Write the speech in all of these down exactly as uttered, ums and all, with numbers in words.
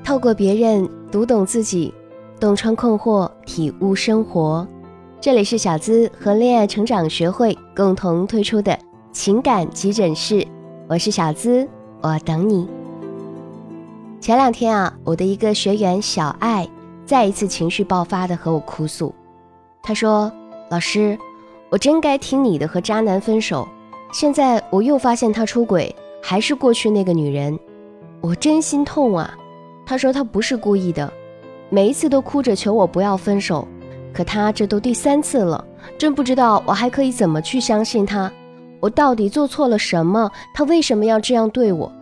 透过别人读懂自己，洞穿困惑，体悟生活。这里是小资和恋爱成长学会共同推出的情感急诊室，我是小资，我等你。前两天啊，我的一个学员小爱再一次情绪爆发的和我哭诉，她说，老师，我真该听你的和渣男分手，现在我又发现他出轨，还是过去那个女人，我真心痛啊。她说她不是故意的，每一次都哭着求我不要分手，可他这都第三次了，真不知道我还可以怎么去相信他，我到底做错了什么，他为什么要这样对我？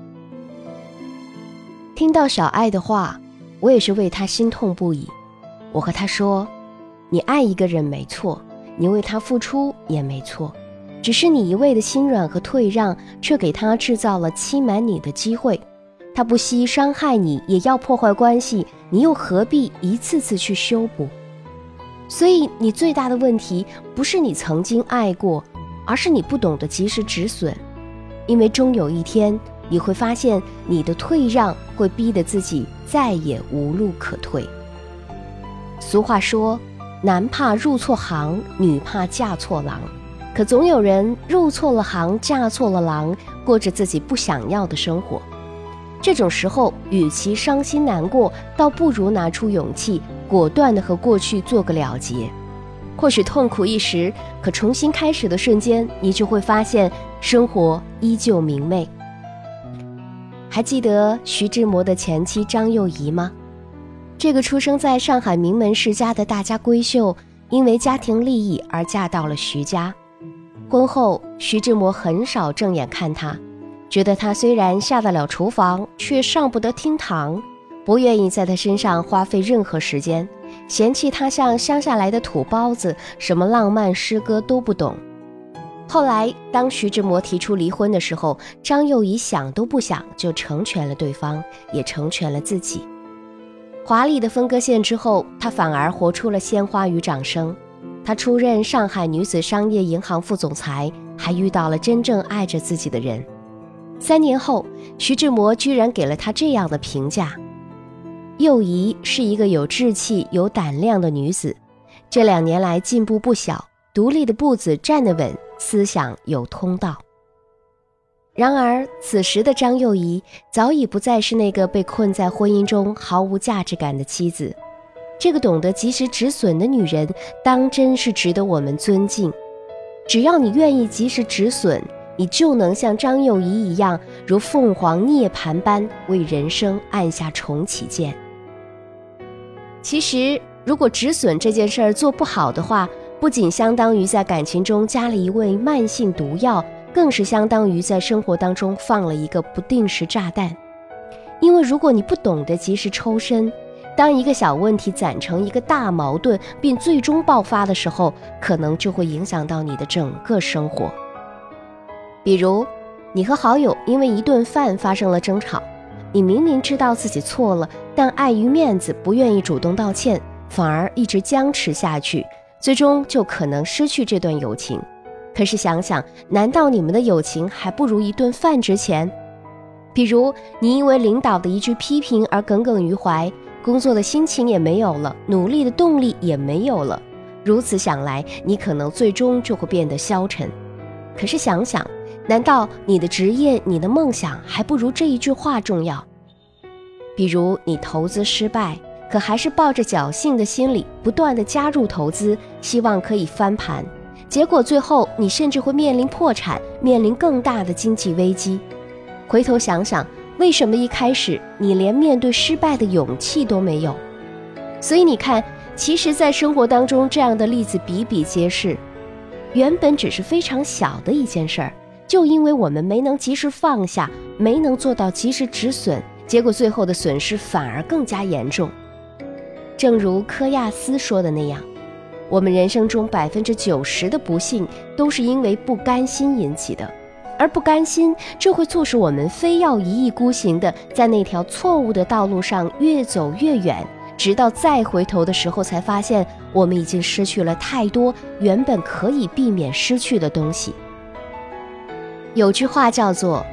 听到小爱的话，我也是为他心痛不已。我和他说，你爱一个人没错，你为他付出也没错，只是你一味的心软和退让，却给他制造了欺瞒你的机会。他不惜伤害你，也要破坏关系，你又何必一次次去修补？所以你最大的问题不是你曾经爱过，而是你不懂得及时止损。因为终有一天你会发现，你的退让会逼得自己再也无路可退。俗话说，男怕入错行，女怕嫁错郎，可总有人入错了行，嫁错了郎，过着自己不想要的生活。这种时候，与其伤心难过，倒不如拿出勇气，果断地和过去做个了结。或许痛苦一时，可重新开始的瞬间，你就会发现生活依旧明媚。还记得徐志摩的前妻张幼仪吗？这个出生在上海名门世家的大家闺秀，因为家庭利益而嫁到了徐家。婚后，徐志摩很少正眼看她，觉得她虽然下得了厨房，却上不得厅堂，不愿意在她身上花费任何时间，嫌弃她像乡下来的土包子，什么浪漫诗歌都不懂。后来当徐志摩提出离婚的时候，张幼仪想都不想就成全了对方，也成全了自己。华丽的分割线之后，她反而活出了鲜花与掌声。她出任上海女子商业银行副总裁，还遇到了真正爱着自己的人。三年后，徐志摩居然给了她这样的评价：幼仪是一个有志气、有胆量的女子，这两年来进步不小，独立的步子站得稳，思想有通道。然而此时的张幼仪早已不再是那个被困在婚姻中毫无价值感的妻子，这个懂得及时止损的女人当真是值得我们尊敬。只要你愿意及时止损，你就能像张幼仪一样，如凤凰涅槃般为人生按下重启键。其实如果止损这件事儿做不好的话，不仅相当于在感情中加了一味慢性毒药，更是相当于在生活当中放了一个不定时炸弹。因为如果你不懂得及时抽身，当一个小问题攒成一个大矛盾并最终爆发的时候，可能就会影响到你的整个生活。比如你和好友因为一顿饭发生了争吵，你明明知道自己错了，但碍于面子不愿意主动道歉，反而一直僵持下去，最终就可能失去这段友情。可是想想，难道你们的友情还不如一顿饭值钱？比如你因为领导的一句批评而耿耿于怀，工作的心情也没有了，努力的动力也没有了，如此想来，你可能最终就会变得消沉。可是想想，难道你的职业、你的梦想还不如这一句话重要？比如你投资失败，可还是抱着侥幸的心理不断地加入投资，希望可以翻盘，结果最后你甚至会面临破产，面临更大的经济危机。回头想想，为什么一开始你连面对失败的勇气都没有？所以你看，其实在生活当中这样的例子比比皆是。原本只是非常小的一件事儿，就因为我们没能及时放下，没能做到及时止损，结果最后的损失反而更加严重。正如柯亚斯说的那样，我们人生中百分之九十的不幸都是因为不甘心引起的，而不甘心，这会促使我们非要一意孤行的在那条错误的道路上越走越远，直到再回头的时候才发现，我们已经失去了太多原本可以避免失去的东西。有句话叫做，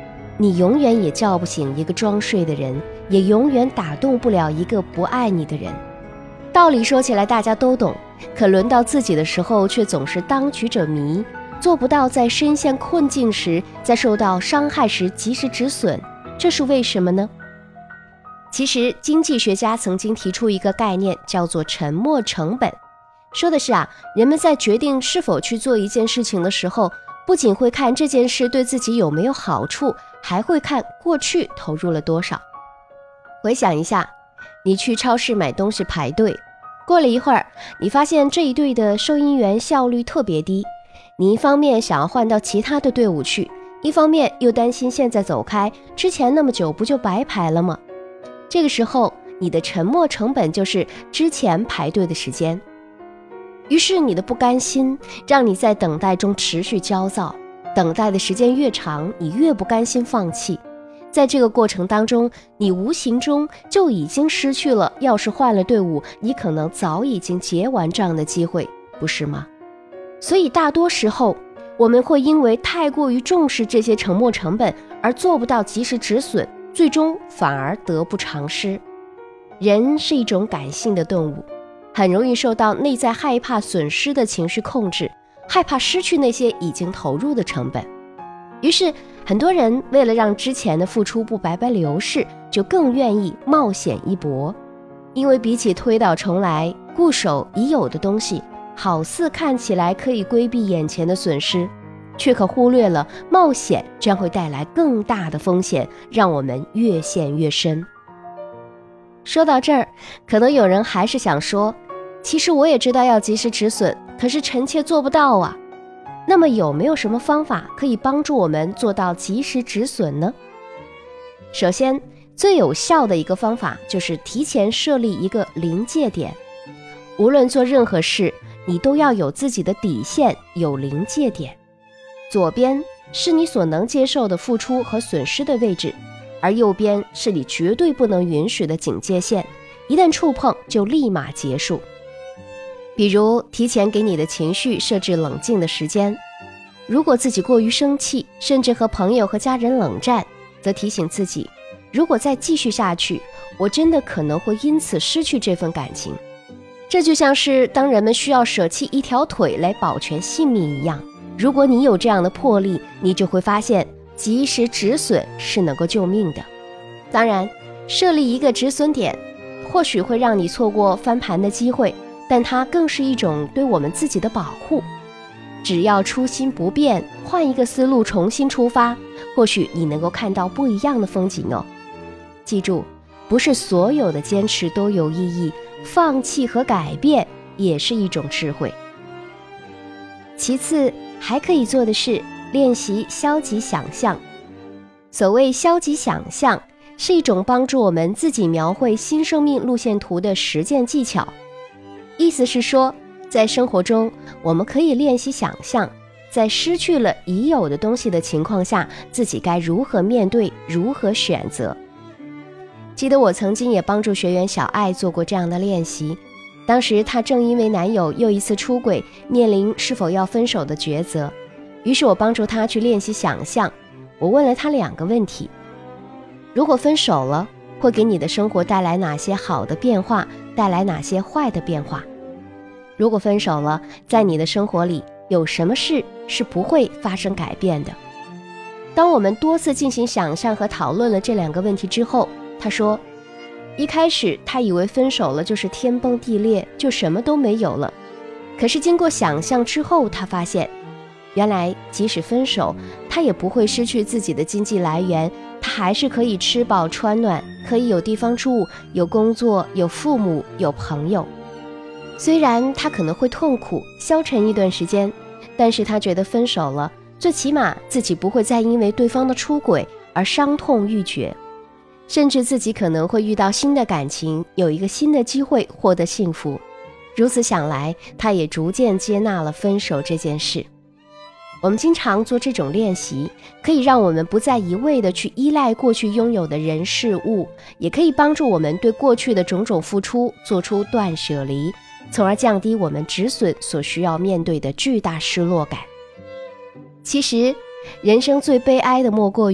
你永远也叫不醒一个装睡的人，也永远打动不了一个不爱你的人。道理说起来大家都懂，可轮到自己的时候却总是当局者迷，做不到在深陷困境时，在受到伤害时及时止损，这是为什么呢？其实经济学家曾经提出一个概念，叫做沉没成本，说的是啊，人们在决定是否去做一件事情的时候，不仅会看这件事对自己有没有好处，还会看过去投入了多少。回想一下，你去超市买东西排队，过了一会儿，你发现这一队的收银员效率特别低，你一方面想要换到其他的队伍去，一方面又担心现在走开，之前那么久不就白排了吗？这个时候，你的沉没成本就是之前排队的时间。于是你的不甘心让你在等待中持续焦躁，等待的时间越长，你越不甘心放弃。在这个过程当中，你无形中就已经失去了要是换了队伍，你可能早已经结完账的机会，不是吗？所以大多时候，我们会因为太过于重视这些沉没成本，而做不到及时止损，最终反而得不偿失。人是一种感性的动物，很容易受到内在害怕损失的情绪控制，害怕失去那些已经投入的成本。于是很多人为了让之前的付出不白白流逝，就更愿意冒险一搏。因为比起推倒重来，固守已有的东西，好似看起来可以规避眼前的损失，却可忽略了冒险将会带来更大的风险，让我们越陷越深。说到这儿，可能有人还是想说，其实我也知道要及时止损，可是臣妾做不到啊。那么有没有什么方法可以帮助我们做到及时止损呢？首先，最有效的一个方法就是提前设立一个临界点。无论做任何事，你都要有自己的底线，有临界点。左边是你所能接受的付出和损失的位置，而右边是你绝对不能允许的警戒线，一旦触碰就立马结束。比如提前给你的情绪设置冷静的时间，如果自己过于生气，甚至和朋友和家人冷战，则提醒自己，如果再继续下去，我真的可能会因此失去这份感情。这就像是当人们需要舍弃一条腿来保全性命一样，如果你有这样的魄力，你就会发现及时止损是能够救命的。当然，设立一个止损点或许会让你错过翻盘的机会，但它更是一种对我们自己的保护。只要初心不变，换一个思路重新出发，或许你能够看到不一样的风景哦。记住，不是所有的坚持都有意义，放弃和改变也是一种智慧。其次，还可以做的是练习消极想象。所谓消极想象，是一种帮助我们自己描绘新生命路线图的实践技巧。意思是说，在生活中，我们可以练习想象，在失去了已有的东西的情况下，自己该如何面对，如何选择。记得我曾经也帮助学员小爱做过这样的练习，当时她正因为男友又一次出轨，面临是否要分手的抉择。于是我帮助她去练习想象，我问了她两个问题：如果分手了，会给你的生活带来哪些好的变化，带来哪些坏的变化？如果分手了，在你的生活里有什么事是不会发生改变的？当我们多次进行想象和讨论了这两个问题之后，他说，一开始他以为分手了就是天崩地裂，就什么都没有了。可是经过想象之后，他发现，原来即使分手，他也不会失去自己的经济来源，他还是可以吃饱穿暖，可以有地方住，有工作，有父母，有朋友。虽然他可能会痛苦消沉一段时间，但是他觉得分手了，最起码自己不会再因为对方的出轨而伤痛欲绝，甚至自己可能会遇到新的感情，有一个新的机会获得幸福。如此想来，他也逐渐接纳了分手这件事。我们经常做这种练习，可以让我们不再一味地去依赖过去拥有的人事物，也可以帮助我们对过去的种种付出做出断舍离，从而降低我们止损所需要面对的巨大失落感。其实，人生最悲哀的莫过于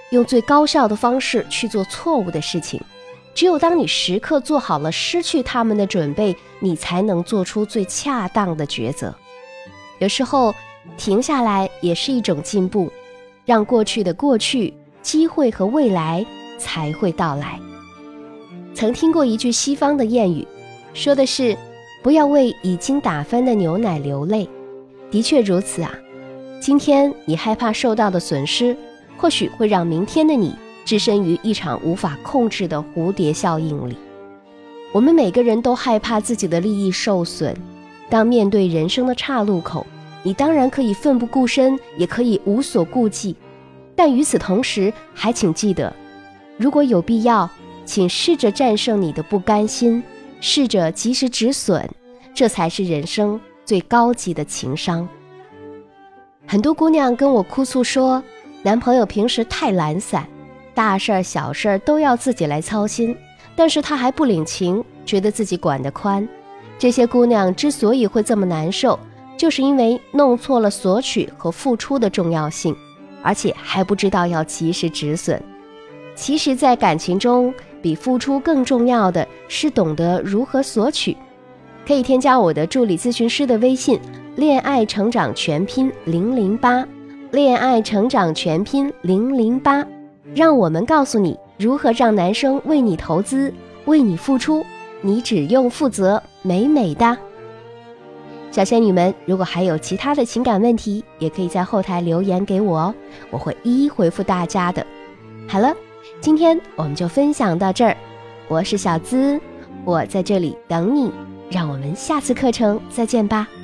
用最高效的方式去做错误的事情。只有当你时刻做好了失去他们的准备，你才能做出最恰当的抉择。有时候停下来也是一种进步，让过去的过去，机会和未来才会到来。曾听过一句西方的谚语，说的是不要为已经打翻的牛奶流泪。的确如此啊，今天你害怕受到的损失，或许会让明天的你置身于一场无法控制的蝴蝶效应里。我们每个人都害怕自己的利益受损，当面对人生的岔路口，你当然可以奋不顾身，也可以无所顾忌，但与此同时，还请记得，如果有必要，请试着战胜你的不甘心，试着及时止损，这才是人生最高级的情商。很多姑娘跟我哭诉说，男朋友平时太懒散，大事儿小事儿都要自己来操心，但是他还不领情，觉得自己管得宽。这些姑娘之所以会这么难受，就是因为弄错了索取和付出的重要性，而且还不知道要及时止损。其实在感情中，比付出更重要的是懂得如何索取。可以添加我的助理咨询师的微信，恋爱成长全拼零零八，恋爱成长全拼零零八，让我们告诉你如何让男生为你投资，为你付出，你只用负责，美美哒。小仙女们，如果还有其他的情感问题，也可以在后台留言给我哦，我会一一回复大家的。好了，今天我们就分享到这儿，我是小资，我在这里等你，让我们下次课程再见吧。